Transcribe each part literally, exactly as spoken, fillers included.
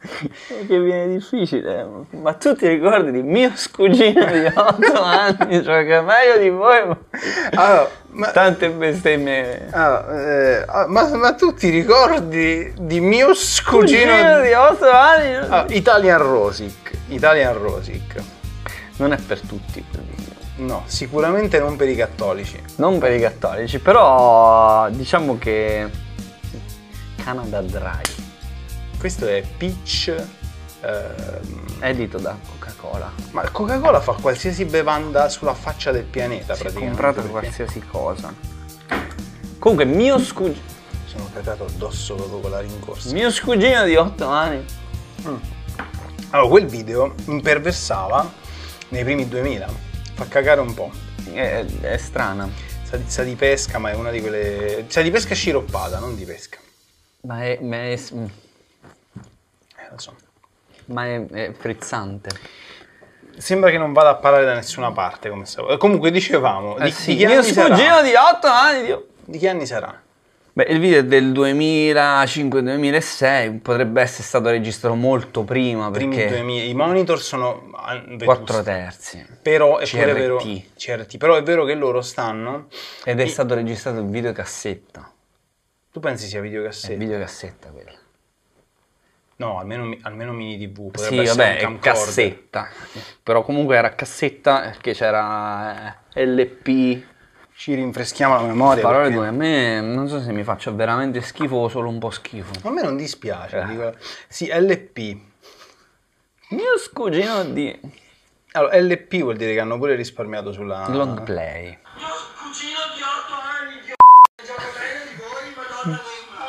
Che viene difficile, ma tu ti ricordi di mio scugino di otto anni, cioè che è meglio di voi, allora, ma, tante bestemmie. Allora, eh, ma, ma tu ti ricordi di mio Scugino scugino di otto anni? Ah, Italian Rosic, Italian Rosic. Non è per tutti quel video. No, sicuramente non per i cattolici. Non per i cattolici, però diciamo che Canada Dry. Questo è Peach. Ehm... Edito da Coca-Cola. Ma Coca-Cola fa qualsiasi bevanda sulla faccia del pianeta, Si è praticamente. comprato perché... qualsiasi cosa. Comunque, mio scugino. Sono cagato addosso proprio con la rincorsa. Mio scugino di otto anni. Mm. Allora, quel video imperversava nei primi duemila. Fa cagare un po'. È, è strana. Sa di, sa di pesca, ma è una di quelle. Sa di pesca sciroppata, non di pesca. Ma è. Ma è, Eh, lo so. ma è, è frizzante. Sembra che non vada a parlare da nessuna parte, come stavo. Comunque dicevamo. Eh Di, sì, di che mio anni sarà? scugino di otto anni. Dio. Di che anni sarà? Beh, il video è del duemilacinque duemilasei, potrebbe essere stato registrato molto prima Primi perché duemila. I monitor sono quattro terzi. Però è pure C R T. vero, C R T. Però è vero che loro stanno. Ed è I- stato registrato in videocassetta. Tu pensi sia È videocassetta? videocassetta quella. No, almeno, almeno mini tivù. Sì, Potrebbe essere vabbè, un è camcorder. cassetta. Però comunque era cassetta perché c'era eh, L P. Ci rinfreschiamo la memoria. Parole perché- due, a me non so se mi faccia veramente schifo o solo un po' schifo. A me non dispiace. Eh. Dico... Sì, L P. Mio scugino di Allora, L P vuol dire che hanno pure risparmiato sulla. long play. Mio cugino di otto anni, di gioca bene di voi, madonna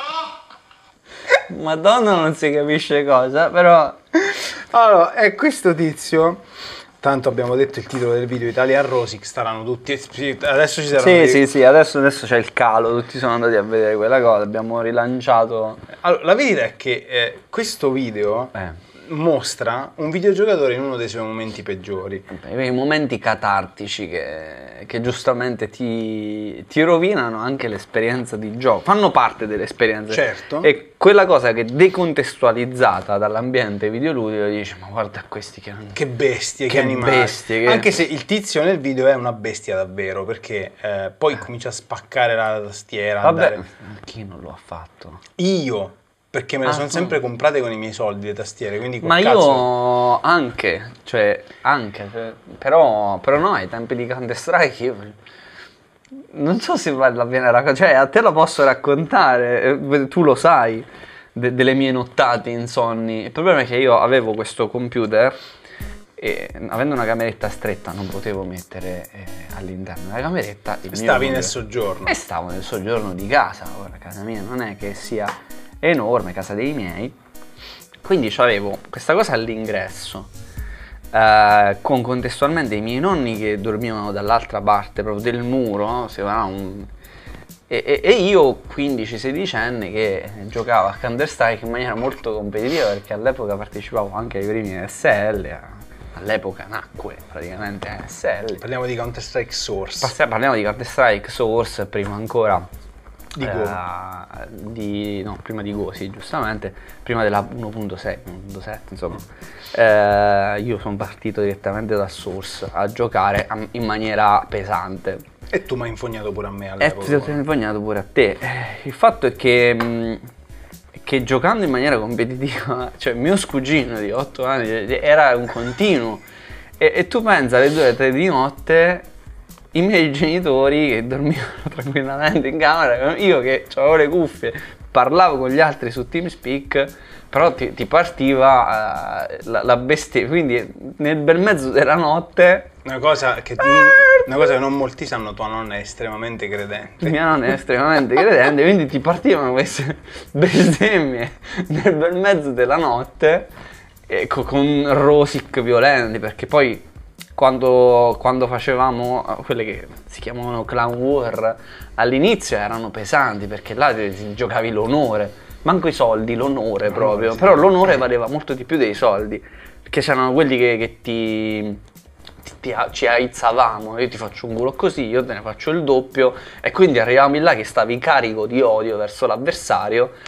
mia. Madonna, non si capisce cosa, però Allora, è questo tizio. Tanto abbiamo detto il titolo del video, Italian Rosic, staranno tutti. Adesso ci saranno. sì, dei- sì, sì, adesso, adesso c'è il calo, tutti sono andati a vedere quella cosa, abbiamo rilanciato. Allora, la verità è che eh, questo video Eh. mostra un videogiocatore in uno dei suoi momenti peggiori. I momenti catartici che, che giustamente ti, ti rovinano anche l'esperienza di gioco, fanno parte dell'esperienza. Certo. E quella cosa che decontestualizzata dall'ambiente videoludico dici, ma guarda questi che... Che bestie, che, Che animali. bestie, che- Anche se il tizio nel video è una bestia davvero, perché eh, poi comincia a spaccare la tastiera. Vabbè, andare- chi non lo ha fatto? Io, perché me le Ah, sono tu. sempre comprate con i miei soldi le tastiere, quindi col Ma cazzo... io anche, cioè, anche, cioè, però, però no, ai tempi di Counter Strike io non so se vale la pena raccontare, cioè a te lo posso raccontare, eh, tu lo sai, de- delle mie nottate insonni. Il problema è che io avevo questo computer e avendo una cameretta stretta non potevo mettere eh, all'interno della cameretta il mio Stavi nel computer. soggiorno. E stavo nel soggiorno di casa, ora casa mia non è che sia enorme, casa dei miei, quindi avevo questa cosa all'ingresso, eh, con contestualmente i miei nonni che dormivano dall'altra parte proprio del muro, si va un... e, e, e io quindici sedicenne che giocavo a Counter Strike in maniera molto competitiva perché all'epoca partecipavo anche ai primi N S L, all'epoca nacque praticamente N S L. Parliamo di Counter Strike Source. Passi- Parliamo di Counter Strike Source, prima ancora Di Go. eh, di- no, prima di Go, sì, giustamente, prima della uno punto sei, uno punto sette, insomma. Eh, io sono partito direttamente da Source a giocare a- in maniera pesante. E tu mi hai infognato pure a me E all'epoca. ti ho impegnato pure a te. Eh, Il fatto è che, mh, che giocando in maniera competitiva, cioè mio scugino di otto anni era un continuo. E, e tu pensa alle due tre di notte, i miei genitori che dormivano tranquillamente in camera, io che avevo le cuffie, parlavo con gli altri su TeamSpeak, però ti, ti partiva eh, la, la bestia, quindi nel bel mezzo della notte Una cosa che, una cosa che non molti sanno, tua nonna è estremamente credente. mia nonna è estremamente credente, quindi ti partivano queste bestemmie nel bel mezzo della notte e co- con rosic violenti, perché poi quando, quando facevamo quelle che si chiamavano Clan War all'inizio erano pesanti perché là ti, ti giocavi l'onore, manco i soldi, l'onore proprio, sì. però l'onore valeva molto di più dei soldi, perché c'erano quelli che, che ti... ti- ti- ci aizzavamo, io ti faccio un culo così, io te ne faccio il doppio, e quindi arrivavamo là che stavi carico di odio verso l'avversario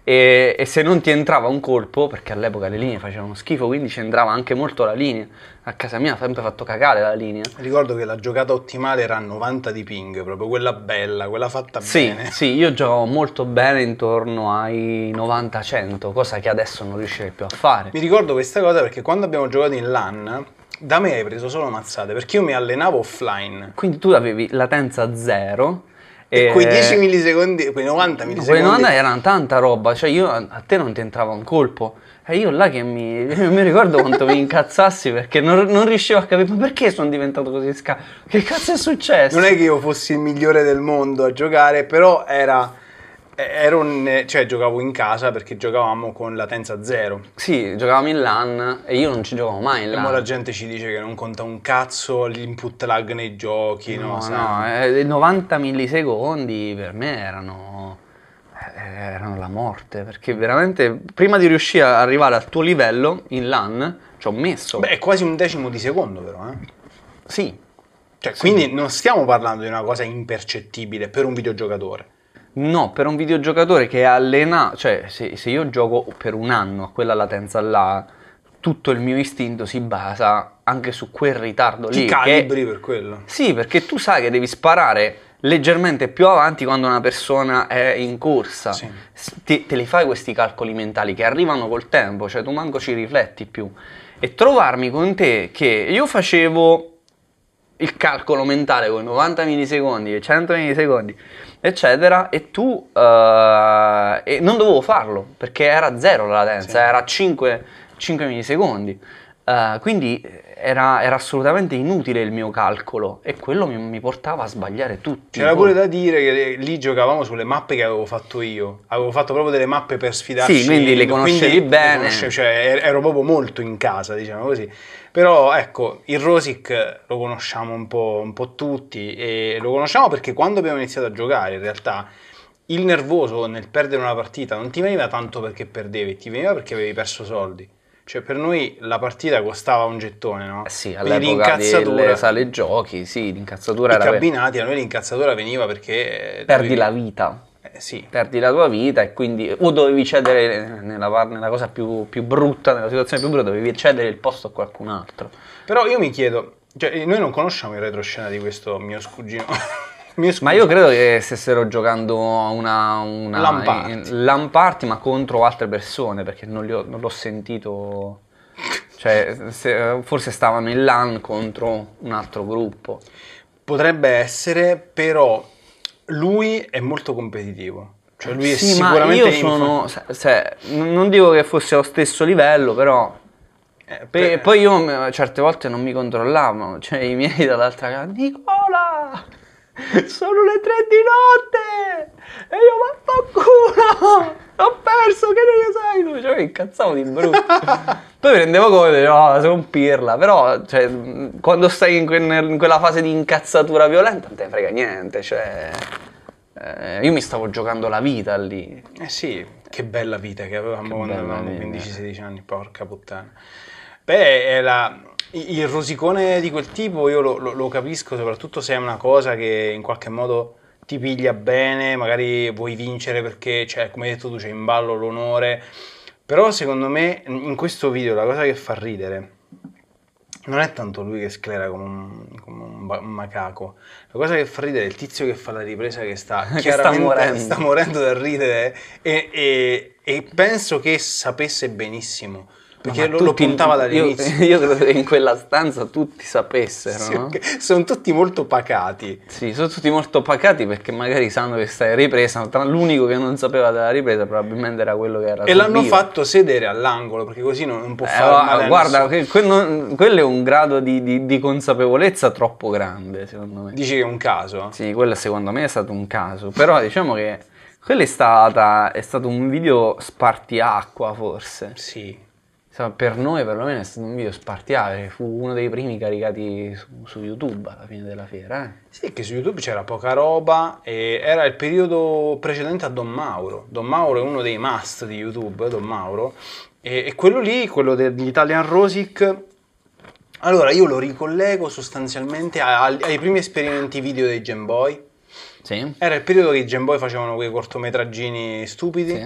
e, e se non ti entrava un colpo, perché all'epoca le linee facevano schifo, quindi ci entrava anche molto la linea. A casa mia ha sempre fatto cagare la linea. Ricordo che la giocata ottimale era a novanta di ping, proprio quella bella, quella fatta Sì, bene. sì, io giocavo molto bene intorno ai novanta cento, cosa che adesso non riuscirei più a fare. Mi ricordo questa cosa perché quando abbiamo giocato in LAN, da me hai preso solo mazzate, perché io mi allenavo offline. Quindi tu avevi latenza zero. E quei dieci millisecondi, quei novanta millisecondi... Quei novanta erano tanta roba, cioè io, a te non ti entrava un colpo. E io là che mi, mi ricordo quanto mi incazzassi perché non, non riuscivo a capire, ma perché sono diventato così scarso? Che cazzo è successo? Non è che io fossi il migliore del mondo a giocare, però era... Ero un, cioè giocavo in casa perché giocavamo con latenza zero. Sì, giocavamo in LAN e io non ci giocavo mai in E LAN. mo la gente ci dice che non conta un cazzo l'input lag nei giochi, no? No, sai? no, eh, novanta millisecondi per me erano, eh, erano la morte, perché veramente prima di riuscire ad arrivare al tuo livello in LAN ci ho messo. Beh, è quasi un decimo di secondo però, eh? Sì. Cioè, quindi non stiamo parlando di una cosa impercettibile per un videogiocatore. No, per un videogiocatore che allena, cioè se, se io gioco per un anno a quella latenza là, tutto il mio istinto si basa anche su quel ritardo Ti lì. calibri che... per quello. Sì, perché tu sai che devi sparare leggermente più avanti quando una persona è in corsa. Sì. Te, te li fai questi calcoli mentali che arrivano col tempo, cioè tu manco ci rifletti più. E trovarmi con te che io facevo il calcolo mentale con novanta millisecondi, cento millisecondi, eccetera, e tu uh, e non dovevo farlo perché era zero la latenza, Sì. era cinque, cinque millisecondi. Uh, quindi era, era assolutamente inutile il mio calcolo e quello mi, mi portava a sbagliare tutti. C'era pure da dire che lì giocavamo sulle mappe che avevo fatto io. Avevo fatto proprio delle mappe per sfidarci. Sì, quindi le conoscevi quindi bene. le conoscevo, cioè ero proprio molto in casa, diciamo così. Però ecco, il Rosic lo conosciamo un po', un po' tutti e lo conosciamo perché quando abbiamo iniziato a giocare in realtà il nervoso nel perdere una partita non ti veniva tanto perché perdevi, ti veniva perché avevi perso soldi. Cioè per noi la partita costava un gettone, no? Eh sì, Quindi all'epoca l'incazzatura, delle sale giochi, sì, l'incazzatura i era per- cabinati, a noi l'incazzatura veniva perché... perdi dovevi- la vita. Eh, sì. Perdi la tua vita e quindi o dovevi cedere nella, par- nella cosa più, più brutta, nella situazione più brutta, dovevi cedere il posto a qualcun altro. Però io mi chiedo, cioè noi non conosciamo il retroscena di questo mio scuggino. mio Ma io credo che stessero giocando una, una LAN party. in- LAN party, ma contro altre persone, perché non, li ho- non l'ho sentito. Cioè, se- forse stavano in LAN contro un altro gruppo. Potrebbe essere, però lui è molto competitivo. Cioè lui è Sì, sicuramente... ma io sono. se- se- non non dico che fosse allo stesso livello, però. Eh, Pe- per- Poi io m- certe volte non mi controllavano, cioè i miei dall'altra casa, Nicola, sono le tre di notte e io vaffanculo, ho perso, che ne sai tu? Cioè mi incazzavo di brutto. Poi mi rendevo conto, no, sono un pirla, però cioè, mh, quando stai in, que- in quella fase di incazzatura violenta non te ne frega niente, cioè eh, io mi stavo giocando la vita lì. Eh sì, che bella vita che avevamo Che quando bella avevamo vita. quindici sedici anni, porca puttana. Beh, è la- il rosicone di quel tipo io lo, lo- lo capisco, soprattutto se è una cosa che in qualche modo ti piglia bene, magari vuoi vincere perché, cioè, come hai detto tu, c'è in ballo l'onore. Però secondo me in questo video la cosa che fa ridere non è tanto lui che sclera come un, come un ba- un macaco. La cosa che fa ridere è il tizio che fa la ripresa che sta Che chiaramente sta morendo. sta morendo da ridere e, e- e penso che sapesse benissimo perché Ma lo, lo tutti- puntava io, dall'inizio. io credo che in quella stanza tutti sapessero, Sì, no? perché sono tutti molto pacati. Sì, sono tutti molto pacati perché magari sanno che stai ripresa, tra l'unico che non sapeva della ripresa probabilmente era quello che era E sul l'hanno vivo. fatto sedere all'angolo perché così non, non può Eh, fare va- male a guarda, nessuno. che- que- non- quello è un grado di, di- di consapevolezza troppo grande, secondo me. Dici che è un caso? Sì, quello secondo me è stato un caso, però diciamo che quello è, stata, è stato un video spartiacqua forse. Sì. Insomma, per noi perlomeno è stato un video spartiacque, fu uno dei primi caricati su, su YouTube alla fine della fiera. Eh? Sì, che su YouTube c'era poca roba e era il periodo precedente a Don Mauro. Don Mauro è uno dei must di YouTube, Don Mauro, e, e quello lì, quello degli Italian Rosic, allora io lo ricollego sostanzialmente a- ai, ai primi esperimenti video dei Game Boy. Sì. Era il periodo che i Game Boy facevano quei cortometraggini stupidi Sì.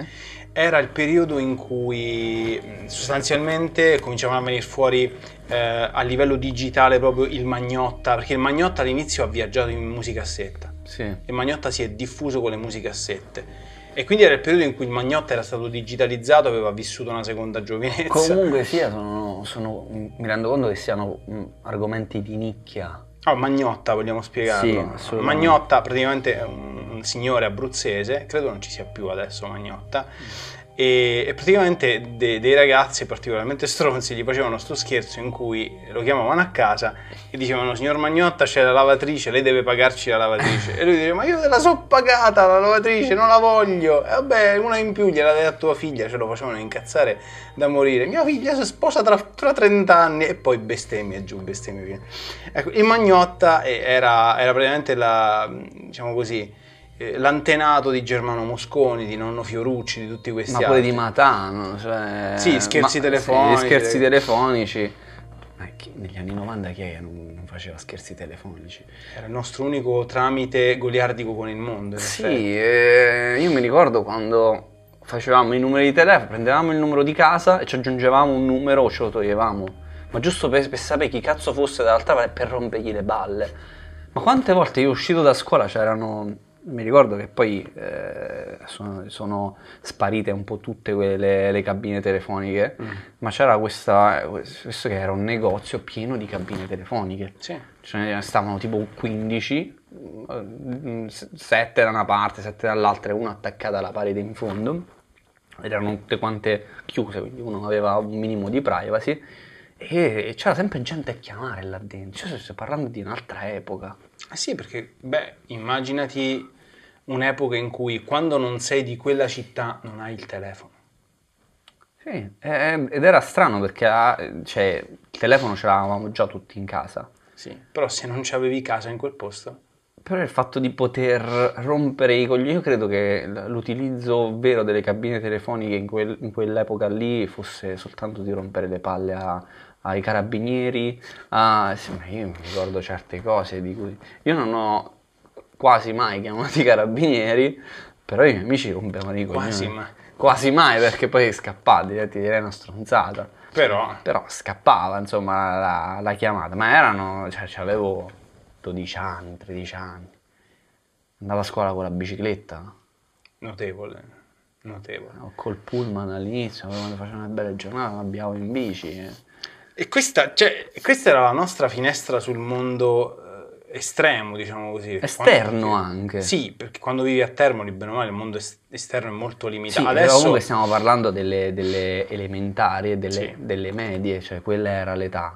era il periodo in cui mh, sostanzialmente cominciavano a venire fuori eh, a livello digitale proprio il Magnotta, perché il Magnotta all'inizio ha viaggiato in musicassetta. Sì. Il Magnotta si è diffuso con le musicassette. E quindi era il periodo in cui il Magnotta era stato digitalizzato, aveva vissuto una seconda giovinezza. Comunque sia, sono, sono- mi rendo conto che siano mh, argomenti di nicchia. Ah, Magnotta, vogliamo spiegarlo? Sì, assolutamente. Magnotta praticamente è un, un signore abruzzese, credo non ci sia più adesso Magnotta, e, e praticamente de- dei ragazzi particolarmente stronzi gli facevano sto scherzo in cui lo chiamavano a casa e dicevano: signor Magnotta, c'è la lavatrice, lei deve pagarci la lavatrice. E lui diceva: ma io te la so pagata la lavatrice, non la voglio. E vabbè, una in più gliela dai a tua figlia. Ce lo facevano incazzare da morire. Mia figlia si sposa tra, tra trenta anni, e poi bestemmie giù, bestemmie via. Ecco, il Magnotta eh, era, era praticamente la, diciamo così, eh, l'antenato di Germano Mosconi, di Nonno Fiorucci, di tutti questi Ma pure altri. di Matano, cioè... Sì, scherzi ma- telefonici. sì, scherzi telefonici. Ma chi- negli anni novanta chi è che non, non faceva scherzi telefonici? Era il nostro unico tramite goliardico con il mondo. in effetti. Sì, eh, io mi ricordo quando facevamo i numeri di telefono, prendevamo il numero di casa e ci aggiungevamo un numero o ce lo toglievamo. Ma giusto per, per sapere chi cazzo fosse dall'altra parte, per rompergli le balle. Ma quante volte io uscito da scuola c'erano... Mi ricordo che poi eh, sono, sono sparite un po' tutte quelle le cabine telefoniche, Mm. ma c'era questa, questo che era un negozio pieno di cabine telefoniche. Sì. Ce ne stavano tipo quindici, sette da una parte, sette dall'altra, e una attaccata alla parete in fondo. Ed erano tutte quante chiuse, quindi uno aveva un minimo di privacy. E c'era sempre gente a chiamare là dentro. Cioè, sto parlando di un'altra epoca. Ah sì, perché, beh, immaginati un'epoca in cui quando non sei di quella città non hai il telefono. Sì, eh, ed era strano perché ah, cioè, il telefono ce l'avevamo già tutti in casa. Sì, però se non c'avevi casa in quel posto... Però il fatto di poter rompere i coglioni, io credo che l- l'utilizzo vero delle cabine telefoniche in, quel- in quell'epoca lì fosse soltanto di rompere le palle a- ai carabinieri. A... sì, ma io mi ricordo certe cose di cui... Io non ho quasi mai chiamato i carabinieri, però i miei amici rompevano i coglioni. Quasi mai. Quasi mai, perché poi scappati, ti direi una stronzata. Però... Però scappava, insomma, la, la chiamata. Ma erano, cioè, avevo dodici anni, tredici anni. Andavo a scuola con la bicicletta, Notevole, notevole. o col pullman all'inizio, quando facevo una bella giornata, abbiamo in bici. eh. E questa, cioè, questa era la nostra finestra sul mondo eh, estremo, diciamo così. Esterno Quando- anche. Sì, perché quando vivi a Termoli, bene o male, il mondo es- esterno è molto Sì, limitato. però Adesso... comunque stiamo parlando delle, delle elementari e delle, Sì. delle medie, cioè quella era l'età.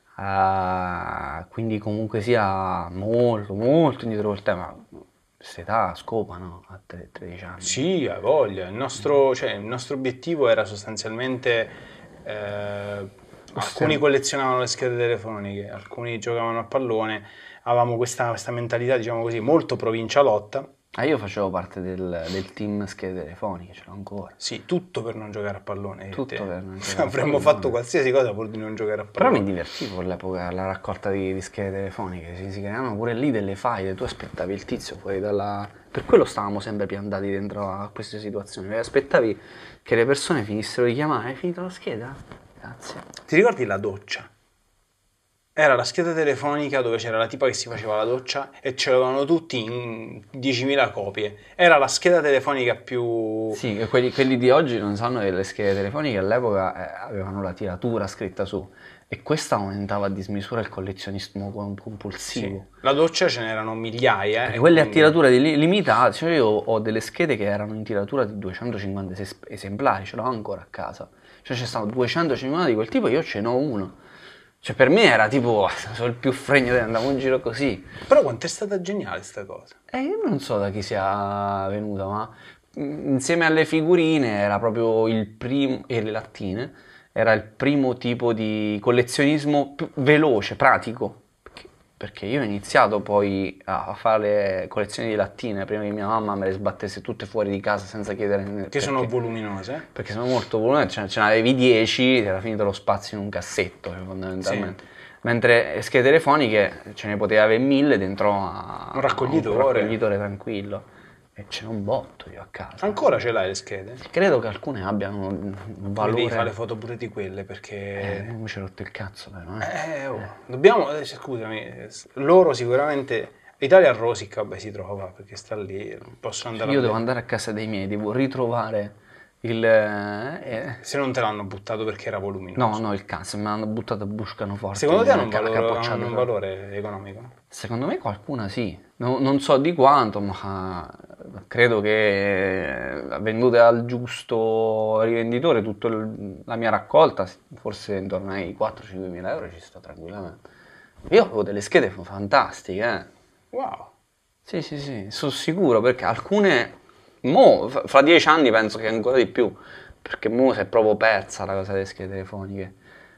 Ah, quindi comunque sia molto, molto indietro col tema. Questa età scopa, no? A tre- tredici anni. Sì, ha voglia. Il nostro, cioè, il nostro obiettivo era sostanzialmente... eh, alcuni collezionavano le schede telefoniche, alcuni giocavano a pallone. Avevamo questa, questa mentalità, diciamo così, molto provincialotta. Ah, io facevo parte del, del team schede telefoniche, ce l'ho ancora. Sì, tutto per non giocare a pallone. io e Tutto te. per non giocare a Avremmo pallone. fatto qualsiasi cosa pur di non giocare a Però pallone. mi divertivo all'epoca la raccolta di, di schede telefoniche, si, si creavano pure lì delle faide, tu aspettavi il tizio fuori dalla... Per quello stavamo sempre piantati dentro a queste situazioni, perché aspettavi che le persone finissero di chiamare, hai finito la scheda? Grazie. Ti ricordi la doccia? Era la scheda telefonica dove c'era la tipa che si faceva la doccia e ce l'avevano tutti in diecimila copie. Era la scheda telefonica più... Sì, e quelli, quelli di oggi non sanno che le schede telefoniche all'epoca eh, avevano la tiratura scritta su, e questa aumentava a dismisura il collezionismo com- compulsivo. Sì. La doccia ce n'erano migliaia. Perché eh, quelle a quindi- tiratura di li- limitata, cioè io ho delle schede che erano in tiratura di duecentocinquanta es- esemplari, ce l'ho ancora a casa. Cioè c'è stato duecentocinquanta di quel tipo e io ce n'ho uno. Cioè per me era tipo, sono il più fregno, andavo in giro così. Però quanto è stata geniale sta cosa. E io non so da chi sia venuta, ma mm, insieme alle figurine era proprio il primo, e le lattine, era il primo tipo di collezionismo più veloce, pratico. Perché, perché io ho iniziato poi a fare le collezioni di lattine prima che mia mamma me le sbattesse tutte fuori di casa senza chiedere niente. Che sono voluminose. Perché sono molto voluminosi, ce, ce ne avevi dieci, ti era finito lo spazio in un cassetto, cioè, fondamentalmente. Mentre le schede telefoniche ce ne potevi avere mille dentro a Un raccoglitore. a un raccoglitore tranquillo. E c'è un botto io a casa. Ancora ce l'hai le schede? Credo che alcune abbiano un Ma valore... devi fare le foto pure di quelle Eh, perché... non mi ci ho rotto il cazzo però, eh. Eh, oh, dobbiamo... eh, scusami, eh, loro sicuramente... Italia a Rosic, vabbè, si trova perché sta lì, possono andare Io a devo vedere. andare a casa dei miei, devo ritrovare il... eh, Se non te l'hanno buttato perché era voluminoso. No, no, il cazzo, me l'hanno buttato a Buscanoforte. Secondo te hanno un ca- valore, capocciato hanno un sopra. valore economico? Secondo me qualcuna sì, No- non so di quanto, ma credo che vendute al giusto rivenditore tutta la mia raccolta, forse intorno ai quattro-cinque mila euro ci sta tranquillamente. Io avevo delle schede fantastiche, eh. Wow. Sì, sì, sì, sono sicuro perché alcune, mo, f- fra dieci anni penso che ancora di più, perché mo si è proprio persa la cosa delle schede telefoniche.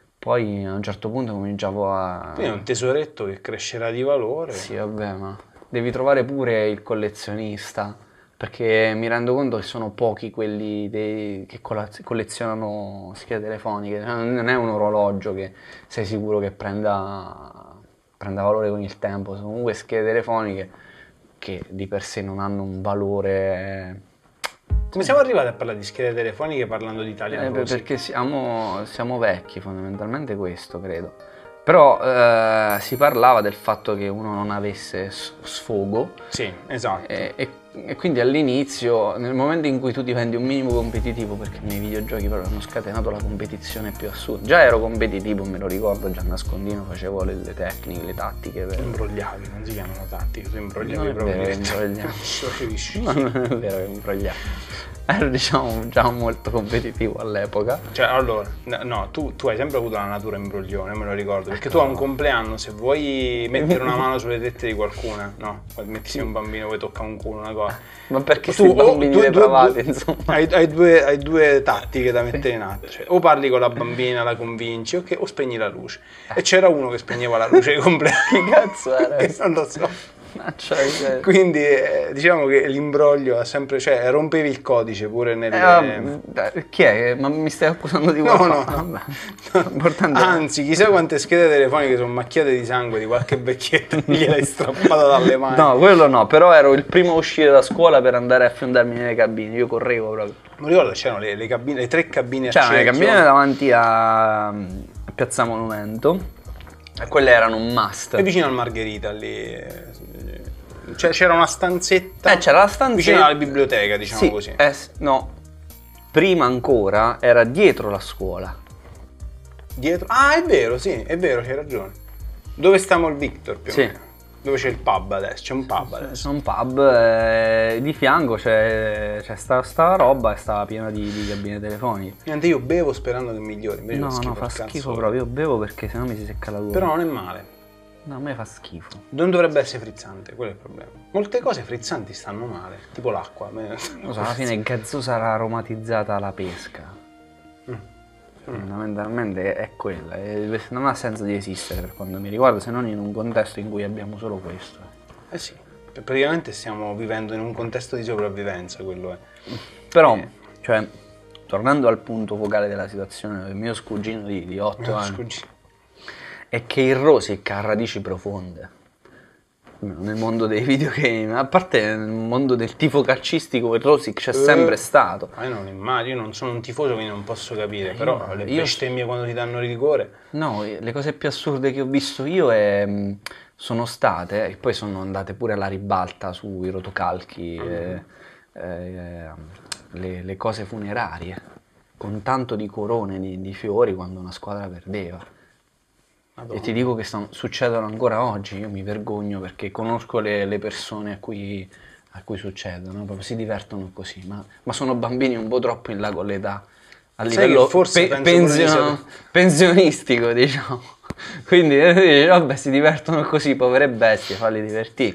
Poi a un certo punto cominciavo a... Quindi è un tesoretto che crescerà di valore. Sì, vabbè, ma devi trovare pure il collezionista, perché mi rendo conto che sono pochi quelli dei- che colla- collezionano schede telefoniche. Cioè, non è un orologio che sei sicuro che prenda, prenda valore con il tempo, sono comunque schede telefoniche che di per sé non hanno un valore... Come siamo arrivati a parlare di schede telefoniche parlando di Italia Eh, a beh, Rosic? perché siamo, siamo vecchi, fondamentalmente questo, credo. Però eh, si parlava del fatto che uno non avesse s- sfogo Sì, esatto. e, e- e quindi all'inizio, nel momento in cui tu diventi un minimo competitivo, perché nei videogiochi proprio hanno scatenato la competizione più assurda. Già ero competitivo, me lo ricordo, già a nascondino facevo le, le tecniche, le tattiche. Per... Imbrogliavi, non si chiamano tattiche, tu imbrogliavi Non è proprio vero che direttamente. imbrogliavo. Non è vero che imbrogliavo. Ero diciamo già molto competitivo all'epoca. Cioè, allora, no, no, tu, tu hai sempre avuto la natura imbroglione, me lo ricordo, perché tu a un compleanno, se vuoi mettere una mano sulle tette di qualcuna, no, metti sei un bambino, vuoi toccare un culo, una cosa. Ma perché Tu, questi o- bambini due- due- depravati, due- insomma. Hai, hai due, hai due tattiche da mettere in atto, cioè, o parli con la bambina, la convinci, ok, o spegni la luce. E c'era uno che spegneva la luce ai compleanni. Che cazzo era? Che non lo so. Ma cioè, eh, Quindi eh, diciamo che l'imbroglio ha sempre, cioè rompevi il codice pure nelle... eh, vabbè, chi è? Ma mi stai accusando di No, qualcosa? no, no. Vabbè. L'importante è- Anzi, chissà quante schede telefoniche sono macchiate di sangue di qualche vecchietto che gliel'hai strappata dalle mani. No, quello no, però ero il primo a uscire da scuola per andare a fiondarmi nelle cabine, io correvo proprio. Mi ricordo c'erano le, le cabine, le tre cabine a C'erano le cerchio. cabine davanti a, a Piazza Monumento e quelle erano un must. E vicino al Margherita lì. eh, cioè, c'era una stanzetta. Eh, c'era la stanzetta. Vicino alla biblioteca, diciamo Sì, così. eh, s- no, prima ancora era dietro la scuola. Dietro. Ah, è vero, sì, è vero, c'hai ragione. Dove stiamo il Victor più o Sì. meno? Dove c'è il pub adesso? C'è un pub adesso. Sono un pub, eh, di fianco c'è, c'è sta, sta roba e stava piena di, di cabine telefoniche. Niente, io bevo sperando che migliori. Invece No, fa schifo no, fa al cazzo. schifo proprio, io bevo perché sennò mi si secca la gola. Però non è male. No, a me fa schifo. Non dovrebbe essere frizzante, quello è il problema. Molte cose frizzanti stanno male, tipo l'acqua. a me- Non so, alla fine è gazzosa aromatizzata alla pesca. Mm. Fondamentalmente è quella, e non ha senso di esistere per quanto mi riguarda, se non in un contesto in cui abbiamo solo questo. Eh sì, praticamente stiamo vivendo in un contesto di sopravvivenza, quello è. Però, cioè, tornando al punto focale della situazione, il mio scugino di, di otto anni, Scusi. è che il Rosic ha radici profonde. Nel mondo dei videogame, a parte nel mondo del tifo calcistico, il Rosic c'è sempre stato. Ma io non immagino, io non sono un tifoso quindi non posso capire, però le io- bestemmie quando ti danno rigore. No, le cose più assurde che ho visto io è, mh, sono state, e poi sono andate pure alla ribalta sui rotocalchi, eh, eh, le, le cose funerarie, con tanto di corone, di, di fiori quando una squadra perdeva. Madonna. E ti dico che stanno- succedono ancora oggi, io mi vergogno perché conosco le, le persone a cui, a cui succedono, proprio si divertono così, ma, ma sono bambini un po' troppo in là con l'età, a Sai livello che forse pe- penso pure di pensio- sapere. pensionistico, diciamo. Quindi eh, dici, vabbè, si divertono così, povere bestie, falli divertire.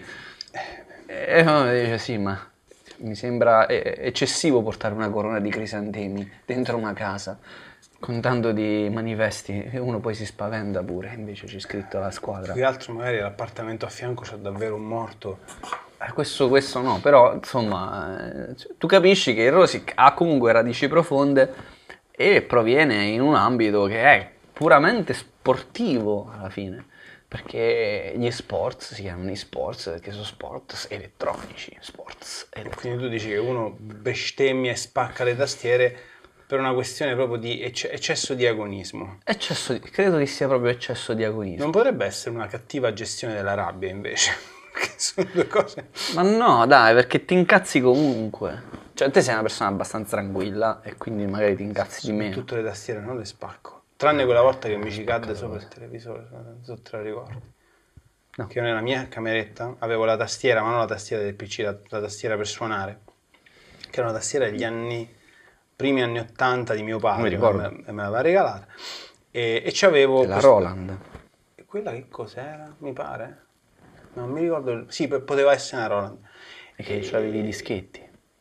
E uno dice, sì, ma mi sembra eh, eccessivo portare una corona di crisantemi dentro una casa con tanto di manifesti e uno poi si spaventa pure, invece c'è scritto la squadra. Più che altro magari l'appartamento a fianco c'è davvero un morto. Eh, questo, questo no, però insomma, eh, tu capisci che il Rosic ha comunque radici profonde e proviene in un ambito che è puramente sportivo alla fine, Perché gli sports si chiamano e-sports perché sono sports elettronici, sports elettronici. Quindi tu dici che uno bestemmia e spacca le tastiere per una questione proprio di ecce- eccesso di agonismo. Eccesso di, credo che sia proprio eccesso di agonismo. Non potrebbe essere una cattiva gestione della rabbia invece, perché sono due cose... Ma no, dai, perché ti incazzi comunque. Cioè, te sei una persona abbastanza tranquilla e quindi magari ti incazzi di meno. Tutte le tastiere non le spacco. Tranne quella volta che mi ci cadde sopra il televisore, non so se te la ricordi. No. Che io nella mia cameretta avevo la tastiera, ma non la tastiera del P C, la, la tastiera per suonare. Che era una tastiera degli anni, primi anni ottanta di mio padre. Mi ricordo. E me, me l'aveva regalata. E, e c'avevo... La questo- Roland. E quella che cos'era? Mi pare? Non mi ricordo. il- Sì, p- poteva essere una Roland. E che c'avevi i dischetti.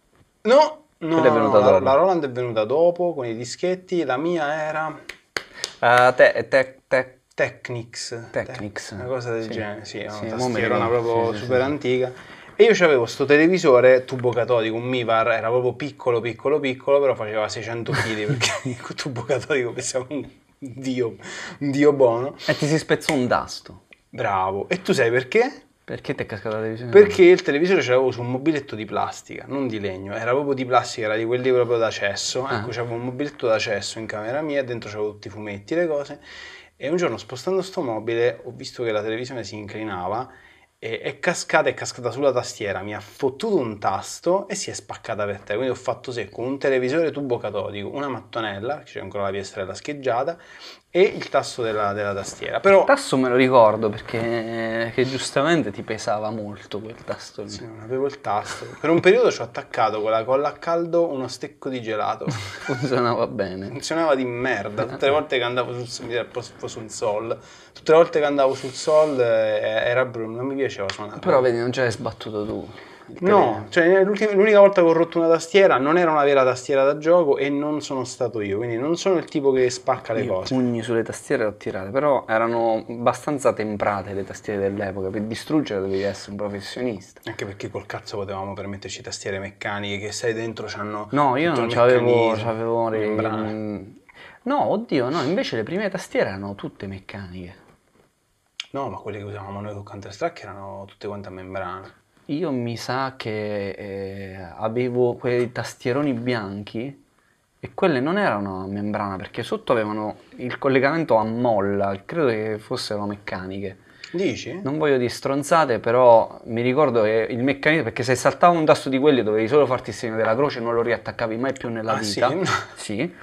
No, no, Quella è venuta no, la, dopo. la Roland è venuta dopo con i dischetti. La mia era Uh, te, te, te, Technics. Technics. Una cosa del Sì. genere, sì, è Sì, una mo mi tastierona ricordo. proprio Sì, sì, super sì. antica. E io c'avevo sto televisore tubo catodico, un Mivar, era proprio piccolo, piccolo, piccolo, però faceva seicento chili perché il tubo catodico pensavo un dio, un dio buono. E ti si spezzò un tasto. Bravo. E tu sai perché? Perché ti è cascata la televisione? Perché il televisore ce l'avevo su un mobiletto di plastica, non di legno, era proprio di plastica, era di quelli proprio da cesso. Ah. Ecco, c'avevo un mobiletto da cesso in camera mia, e dentro c'avevo tutti i fumetti, le cose. E un giorno spostando sto mobile ho visto che la televisione si inclinava e è cascata, è cascata sulla tastiera, mi ha fottuto un tasto e si è spaccata per terra. Quindi ho fatto secco un televisore tubo catodico, una mattonella, c'è ancora la piastrella scheggiata, e il tasto della, della tastiera. Però Il tasto me lo ricordo perché che giustamente ti pesava molto quel tasto lì. sì, non avevo il tasto. Per un periodo ci ho attaccato con la colla a caldo uno stecco di gelato. Funzionava bene. Funzionava di merda. Tutte le volte che andavo sul, mi era posto sul sol, tutte le volte che andavo sul sol eh, era brutto, non mi piaceva suonare. Però vedi, non ce l'hai sbattuto tu. Il No, cioè l'ultima- l'unica volta che ho rotto una tastiera non era una vera tastiera da gioco e non sono stato io, quindi non sono il tipo che spacca le Io cose. pugni sulle tastiere l'ho tirate, però erano abbastanza temprate le tastiere dell'epoca. Per distruggere dovevi essere un professionista. Anche perché col cazzo potevamo permetterci tastiere meccaniche che sai dentro c'hanno No, io tutto non il c'avevo, meccanismo, c'avevo le... membrane. No, oddio, no, invece le prime tastiere erano tutte meccaniche. No, ma quelle che usavamo noi con Counter-Strike erano tutte quante a membrana. Io mi sa che eh, avevo quei tastieroni bianchi e quelle non erano a membrana perché sotto avevano il collegamento a molla, credo che fossero meccaniche. Dici? Non voglio dire stronzate, però mi ricordo che il meccanismo, perché se saltava un tasto di quelli dovevi solo farti il segno della croce e non lo riattaccavi mai più nella Ah, vita. sì? Sì, eh,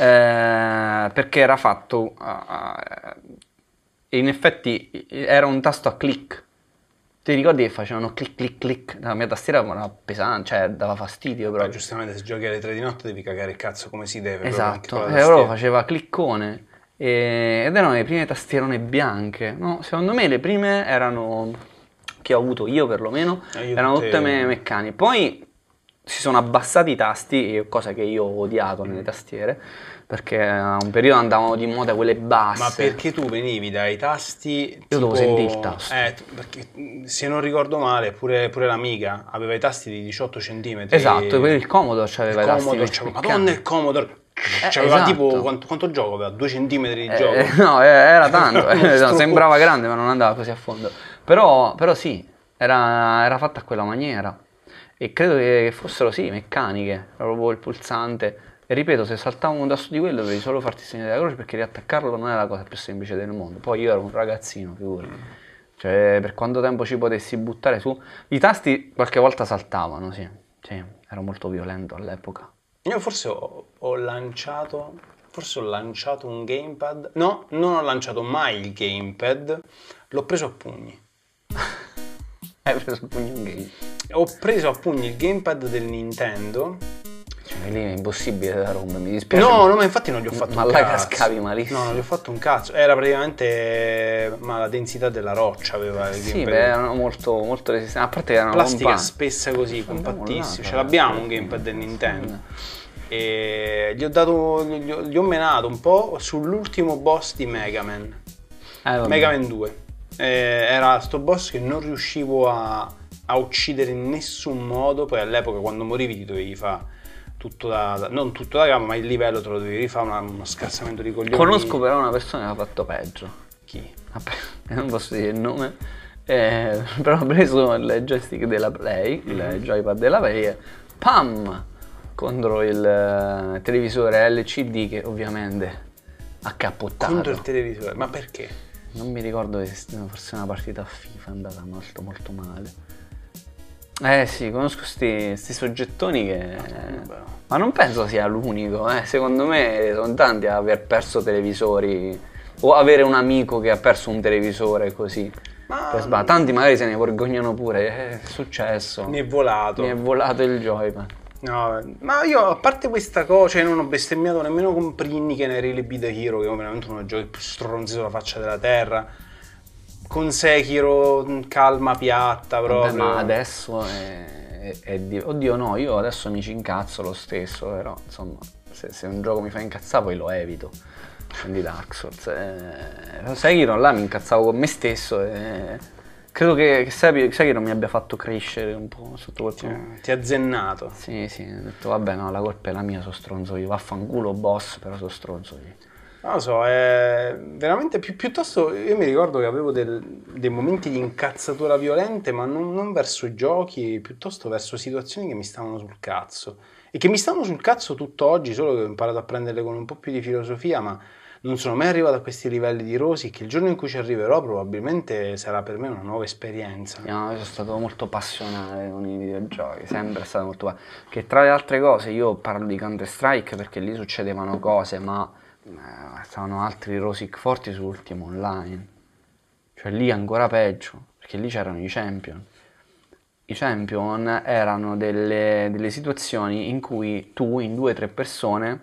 perché era fatto, eh, e in effetti era un tasto a click. Ti ricordi che facevano click click click? La mia tastiera era pesante, cioè dava fastidio Beh, però. giustamente se giochi alle tre di notte devi cagare il cazzo come si deve. proprio anche Esatto, con la e tastiera. allora faceva cliccone e- ed erano le prime tastierone bianche. No, secondo me le prime erano, che ho avuto io perlomeno, Eh, io erano tutte- tutte me- meccaniche. Poi si sono abbassati i tasti, cosa che io ho odiato nelle tastiere, perché a un periodo andavano di moda quelle basse. Ma perché tu venivi dai tasti Io dovevo tipo- sentire il tasto. Eh, t- perché mh, se non ricordo male pure, pure l'Amiga aveva i tasti di diciotto centimetri. Esatto, e il Commodore c'aveva il i tasti Commodore, meccanici. c'aveva, Madonna il Commodore Eh, c'aveva esatto. tipo quanto, quanto gioco aveva? due centimetri di Eh, gioco. no, eh, era tanto, eh, no, Mostruoso. sembrava grande ma non andava così a fondo. Però, però sì, era, era fatta a quella maniera e credo che fossero sì, meccaniche, era proprio il pulsante. E ripeto, se saltavo un tasto di quello dovevi solo farti il segno della croce perché riattaccarlo non è la cosa più semplice del mondo. Poi io ero un ragazzino, figurati. Cioè, per quanto tempo ci potessi buttare su... I tasti qualche volta saltavano, sì. Sì, ero molto violento all'epoca. Io forse ho, ho lanciato, forse ho lanciato un gamepad. No, non ho lanciato mai il gamepad, l'ho preso a pugni. Hai preso il pugno in game. Ho preso a pugni il gamepad del Nintendo. Cioè, lì è impossibile da rompere, mi dispiace. No, no, ma infatti non gli ho fatto Ma un là cazzo. cascavi malissimo. No, non gli ho fatto un cazzo. Era praticamente, ma la densità della roccia aveva il Sì, gamepad. beh, erano molto, molto resistenti. A parte che erano Plastica compatti. spessa così, Andiamo compattissima. là, Ce l'abbiamo un sì. gamepad del Nintendo. E gli ho dato, gli ho, gli ho menato un po' sull'ultimo boss di Mega Man. Eh, vabbè. Mega Man due. Eh, era sto boss che non riuscivo a, a uccidere in nessun modo. Poi all'epoca quando morivi ti dovevi fare tutto da, da- non tutto da capo, ma il livello te lo dovevi rifare, una- uno scazzamento di coglioni. Conosco però una persona che ha fatto peggio. Chi? Vabbè, non posso dire il nome, eh, però ho preso il joystick della Play, il Mm-hmm. joypad della Play e pam! Contro il eh, televisore L C D che ovviamente ha cappottato. Contro il televisore. Ma perché? Non mi ricordo, se forse una partita a FIFA è andata molto molto male. Eh sì, conosco sti, sti soggettoni che... Ma non penso sia l'unico, eh. Secondo me sono tanti a aver perso televisori o avere un amico che ha perso un televisore così. Ma Per sbaglio. Tanti magari se ne vergognano pure, eh, è successo. mi è volato. Mi è volato il joypad. No, ma io a parte questa cosa, cioè non ho bestemmiato nemmeno con Prinny che ne Really Be The Hero, che è veramente uno gioco più stronzi sulla faccia della terra. Con Sekiro, calma piatta proprio. Vabbè, ma adesso è, è- è di- Oddio no, io adesso mi ci incazzo lo stesso, però insomma, se, se un gioco mi fa incazzare poi lo evito. Quindi Dark Souls. Eh, Sekiro là mi incazzavo con me stesso e credo che, che Sekiro Sekiro mi abbia fatto crescere un po' sotto quel punto. Cioè, ti ha zennato. Sì, sì, ho detto vabbè no, la colpa è la mia, so stronzo io, vaffanculo boss, però so stronzo io. Non lo so, è veramente più, piuttosto io mi ricordo che avevo del- dei momenti di incazzatura violente, ma non, non verso i giochi, piuttosto verso situazioni che mi stavano sul cazzo. E che mi stanno sul cazzo tutt'oggi, solo che ho imparato a prenderle con un po' più di filosofia, ma non sono mai arrivato a questi livelli di rosi, che il giorno in cui ci arriverò probabilmente sarà per me una nuova esperienza. No, io sono stato molto passionale con i videogiochi, sempre stato molto pa- Che tra le altre cose io parlo di Counter Strike perché lì succedevano cose, ma eh, stavano altri rosic forti sull'ultimo online. Cioè lì ancora peggio, perché lì c'erano i champion. I champion erano delle, delle situazioni in cui tu in due o tre persone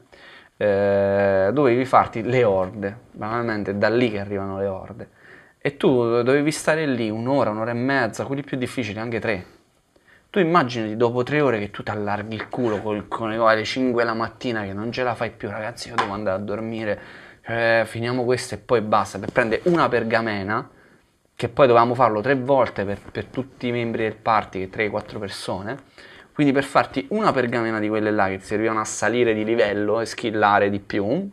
eh, dovevi farti le orde, banalmente è da lì che arrivano le orde. E tu dovevi stare lì un'ora, un'ora e mezza, quelli più difficili anche tre. Tu immaginati dopo tre ore che tu ti allarghi il culo col- con le, alle cinque la mattina che non ce la fai più, ragazzi, io devo andare a dormire, eh, finiamo questo e poi basta, per prendere una pergamena, che poi dovevamo farlo tre volte per, per tutti i membri del party, che tre quattro persone, quindi per farti una pergamena di quelle là che ti servivano a salire di livello e skillare di più,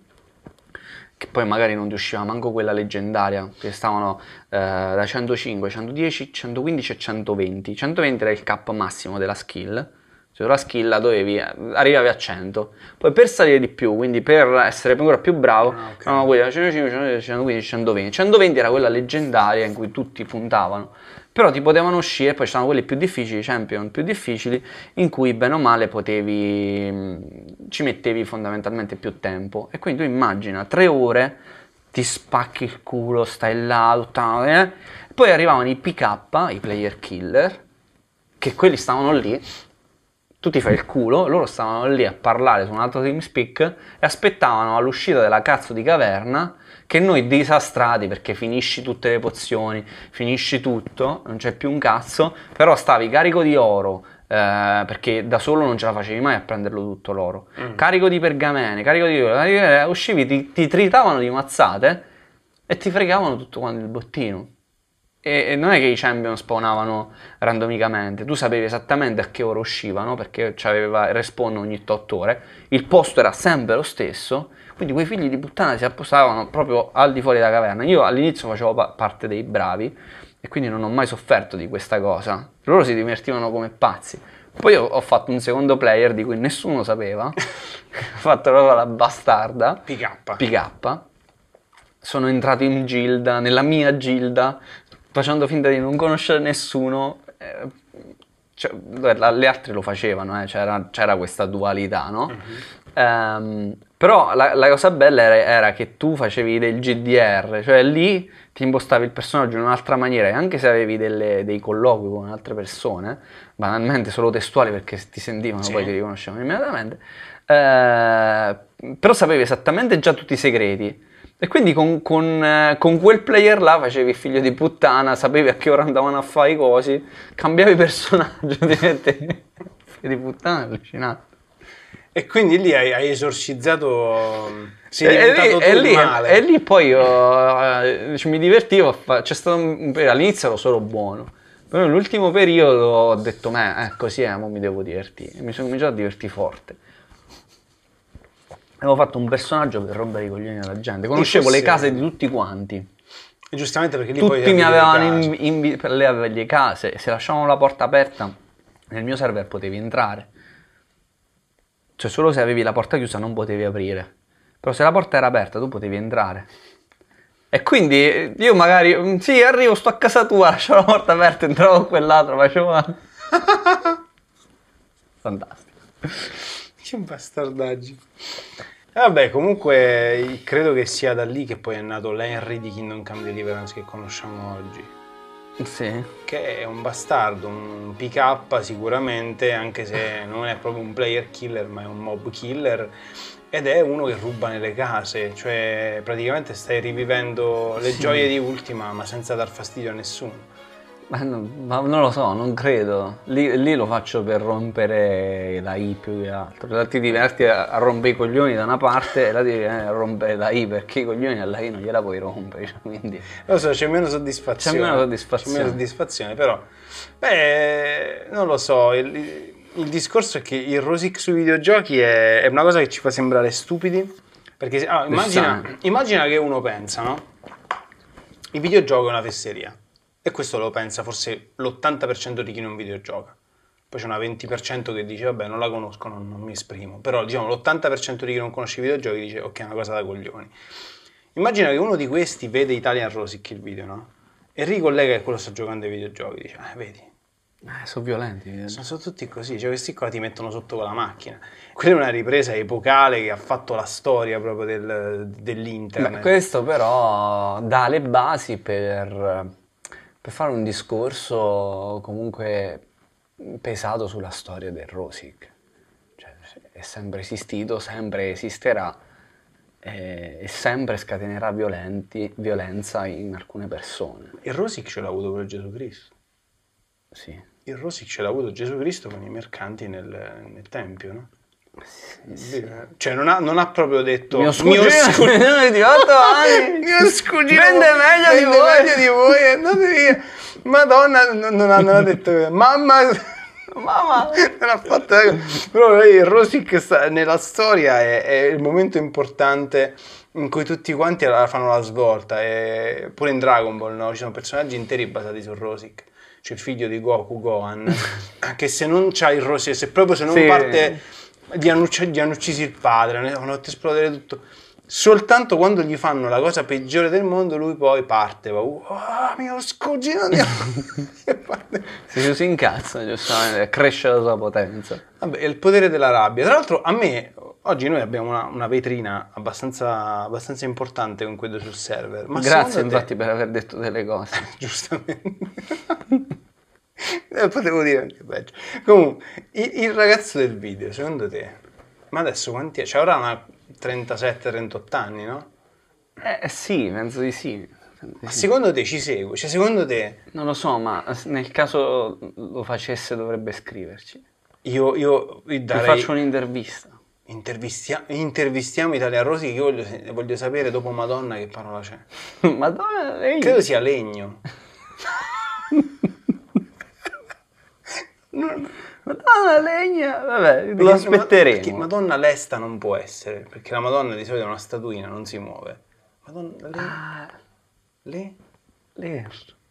che poi magari non ti usciva manco quella leggendaria, che stavano eh, da centocinque, centodieci, centoquindici e centoventi. centoventi era il cap massimo della skill, cioè la skill la dovevi, arrivavi a cento. Poi per salire di più, quindi per essere ancora più bravo, Ah, ok. erano quelli da centocinque, centoquindici, centoventi. centoventi era quella leggendaria in cui tutti puntavano. Però ti potevano uscire, poi c'erano quelli più difficili, champion più difficili, in cui bene o male potevi, mh, ci mettevi fondamentalmente più tempo. E quindi tu immagina, tre ore, ti spacchi il culo, stai là, tutta, eh? Poi arrivavano i P K, i player killer, che quelli stavano lì, tu ti fai il culo, loro stavano lì a parlare su un altro TeamSpeak e aspettavano all'uscita della cazzo di caverna che noi disastrati, perché finisci tutte le pozioni, finisci tutto, non c'è più un cazzo, però stavi carico di oro, eh, perché da solo non ce la facevi mai a prenderlo tutto l'oro, carico di pergamene, carico di oro, eh, uscivi, ti, ti tritavano di mazzate e ti fregavano tutto quanto il bottino. E, e non è che i champion spawnavano randomicamente, tu sapevi esattamente a che ora uscivano perché c'aveva respawn ogni otto ore, il posto era sempre lo stesso, quindi quei figli di puttana si appostavano proprio al di fuori della caverna. Io all'inizio facevo pa- parte dei bravi e quindi non ho mai sofferto di questa cosa, loro si divertivano come pazzi. Poi ho, ho fatto un secondo player di cui nessuno sapeva, ho fatto proprio la bastarda, P K. P K, sono entrato in gilda, nella mia gilda, facendo finta di non conoscere nessuno, eh, cioè, la- le altre lo facevano, eh, c'era, c'era questa dualità, no? Ehm, però la, la cosa bella era, era che tu facevi del G D R, cioè lì ti impostavi il personaggio in un'altra maniera e anche se avevi delle- dei colloqui con altre persone, banalmente solo testuali perché ti sentivano, Sì. poi ti riconoscevano immediatamente, eh, però sapevi esattamente già tutti i segreti. E quindi con, con, eh, con quel player là facevi il figlio di puttana, sapevi a che ora andavano a fare i cosi, cambiavi personaggio, ti mettevi figlio di puttana, allucinante. E quindi lì hai, hai esorcizzato, sei E, e diventato lì, tu e il lì- male. e lì poi io, eh, ci- mi divertivo, a fa- c'è stato un periodo, all'inizio ero solo buono, però nell'ultimo periodo ho detto, ma eh, così è, mo mi devo divertire, e mi sono cominciato a divertire forte. Avevo fatto un personaggio per rompere i coglioni alla gente, conoscevo forse- le case di tutti quanti. E giustamente perché lì poi Tutti mi abiti le avevano case. in, in, per le avere le case, se lasciavano la porta aperta nel mio server potevi entrare. Cioè solo se avevi la porta chiusa non potevi aprire. Però se la porta era aperta tu potevi entrare. E quindi io magari, mm, sì, arrivo, sto a casa tua, lascio la porta aperta, entravo con quell'altro, facevo... Fantastico. Che bastardaggio. E vabbè, comunque credo che sia da lì che poi è nato l'Henry di Kingdom Come Deliverance che conosciamo oggi. Sì. Che è un bastardo, un P K sicuramente, anche se non è proprio un player killer, ma è un mob killer. Ed è uno che ruba nelle case, cioè praticamente stai rivivendo le Sì. gioie di Ultima, ma senza dar fastidio a nessuno. Ma, non- ma non lo so, non credo. Lì, lì lo faccio per rompere la I più che altro. La ti diverti a, a rompere i coglioni da una parte e la devi a rompere la I, perché i coglioni alla I non gliela puoi rompere. Cioè, quindi... Lo so, c'è meno soddisfazione. C'è meno soddisfazione. C'è meno soddisfazione, però... Beh, non lo so, il, il discorso è che il rosic sui videogiochi è, è una cosa che ci fa sembrare stupidi, perché se- ah, immagina, immagina che uno pensa, no? Il videogioco è una fesseria. E questo lo pensa forse l'ottanta per cento di chi non videogioca. Poi c'è una venti per cento che dice, vabbè, non la conosco, non, non mi esprimo. Però, diciamo, l'ottanta per cento di chi non conosce i videogiochi dice, ok, è una cosa da coglioni. Immagina che uno di questi vede Italian Rosic il video, no? E ricollega che quello sta giocando ai videogiochi. Dice, eh, vedi, Eh, sono violenti. sono, sono tutti così. Cioè, questi qua ti mettono sotto con la macchina. Quella è una ripresa epocale che ha fatto la storia proprio del, dell'internet. Beh, questo però dà le basi per, per fare un discorso comunque pesato sulla storia del Rosic. Cioè, è sempre esistito, sempre esisterà e, e sempre scatenerà violenti, violenza in alcune persone. Il Rosic ce l'ha avuto pure Gesù Cristo. Sì. Il Rosic ce l'ha avuto Gesù Cristo con i mercanti nel, nel Tempio, no? Cioè non ha, non ha proprio detto Mio cugino di otto anni mio scugino vende meglio di vende voi. meglio di voi, andate via. Madonna, non, non ha, non ha detto mamma, Mamma! non ha fatto, però il Rosic sta, nella storia è, è il momento importante in cui tutti quanti fanno la svolta, e pure in Dragon Ball, no? Ci sono personaggi interi basati su Rosic. C'è il figlio di Goku, Gohan, che se non c'ha il Rosic, se proprio se non Sì. parte, gli hanno, ucc- gli hanno ucciso il padre, ne hanno fatto esplodere tutto. Soltanto quando gli fanno la cosa peggiore del mondo, lui poi parte, va, oh, mio scugino, mio... E parte. Si, si incazza, giustamente, cresce la sua potenza. Vabbè, è il potere della rabbia. Tra l'altro, a me, oggi noi abbiamo una, una vetrina abbastanza, abbastanza importante con quello sul server. Ma Grazie secondo te- infatti per aver detto delle cose. Giustamente. Eh, potevo dire anche peggio. Comunque, il, il ragazzo del video, secondo te, ma adesso quanti è? Cioè, avrà una trentasette trentotto anni, no? Eh sì, penso di sì. Ma secondo te ci segue? Cioè, secondo te... Non lo so, ma nel caso lo facesse dovrebbe scriverci. Io, io Ti darei... faccio un'intervista. Intervistia- intervistiamo Italia Rosi, che io voglio, voglio sapere dopo Madonna che parola c'è. Madonna, lei... Credo sia legno. Non- Madonna, legna. Vabbè, lo Perché- aspetteremo. Perché Madonna lesta non può essere, perché la Madonna di solito è una statuina, non si muove. Madonna, le... Ah, le... lei...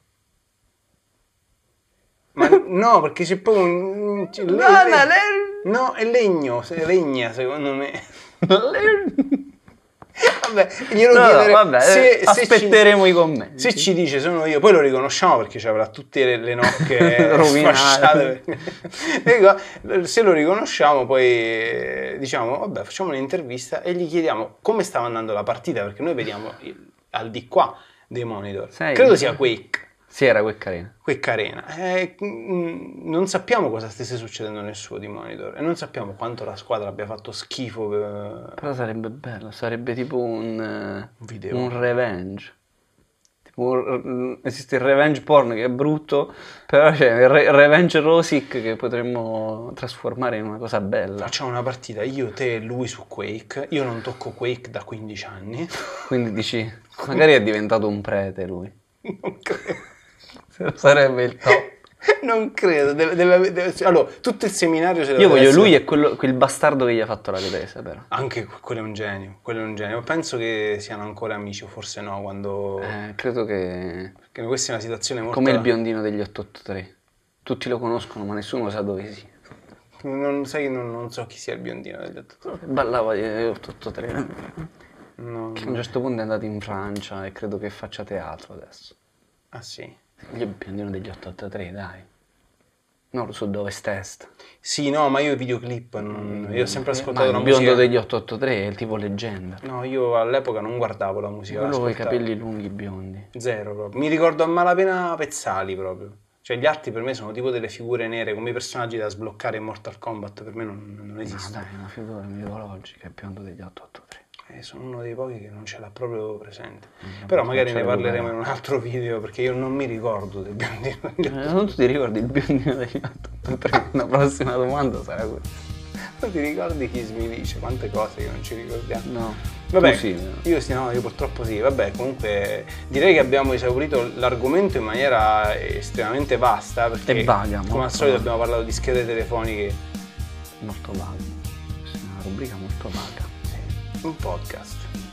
Ma no, perché c'è proprio un... c'è- le- Madonna, le- lei... No, è legno, se- legna secondo me. lei... Vabbè, glielo No, no, chiedere... vabbè, se- se aspetteremo ci- i commenti. Se ci dice sono io, poi lo riconosciamo perché ci avrà tutte le, le nocche Rovinate. sfasciate. Ecco, se lo riconosciamo poi eh, diciamo, vabbè, facciamo un'intervista e gli chiediamo come stava andando la partita, perché noi vediamo il- al di qua dei monitor. Sai- Credo sia Quake. Sì, era quel carino. Quake Arena. Eh, mm, non sappiamo cosa stesse succedendo nel suo di monitor e non sappiamo quanto la squadra abbia fatto schifo per... Però sarebbe bello, sarebbe tipo un, eh, Un video. un revenge. Tipo un- esiste il revenge porn che è brutto, però c'è il re- revenge Rosic che potremmo trasformare in una cosa bella. Facciamo una partita, io, te e lui su Quake. Io non tocco Quake da quindici anni. Quindi dici, magari è diventato un prete lui. Non credo. Sarebbe il top. Non credo. Deve, deve, deve, allora, tutto il seminario se Io voglio essere... lui e quello, quel bastardo che gli ha fatto la ripresa, però. Anche quello è un genio, quello è un genio. Penso che siano ancora amici, o forse no, quando... Eh, credo che... Che questa è una situazione molto... Come il biondino degli otto otto tre. Tutti lo conoscono, ma nessuno sa dove sia. Non sai che non, non so chi sia il biondino degli otto otto tre. Ballava di otto otto tre. No. Che a un certo punto è andato in Francia e credo che faccia teatro adesso. Ah sì. Io il biondino degli otto otto tre, dai. Non lo so dove est. Sì, no, ma io i videoclip, non... io ho sempre ascoltato Ma la il musica... biondo degli otto otto tre è il tipo leggenda. No, io all'epoca non guardavo la musica. Quello con i ascoltavo. capelli lunghi biondi. Zero proprio. Mi ricordo a malapena Pezzali proprio. Cioè gli altri per me sono tipo delle figure nere come i personaggi da sbloccare in Mortal Kombat, per me non, non No, esistono. dai, è una figura mitologica, il biondo degli otto otto tre. Eh, sono uno dei pochi che non ce l'ha proprio presente. Mm, Però magari ce ne l'ho parleremo in recuperato. un altro video perché io non mi ricordo del biondino degli otto. Eh, non tu ti ricordi il biondino degli otto otto tre? La prossima domanda sarà questa. Non ti ricordi chi smilisce? Quante cose che non ci ricordiamo. No. Vabbè, Tu sì, no. io sì, no, io purtroppo sì. Vabbè, comunque direi che abbiamo esaurito l'argomento in maniera estremamente vasta perché E vaga, come al molto solito vaga. abbiamo parlato di schede telefoniche, Molto vago. Questa è una rubrica molto vaga. un podcast.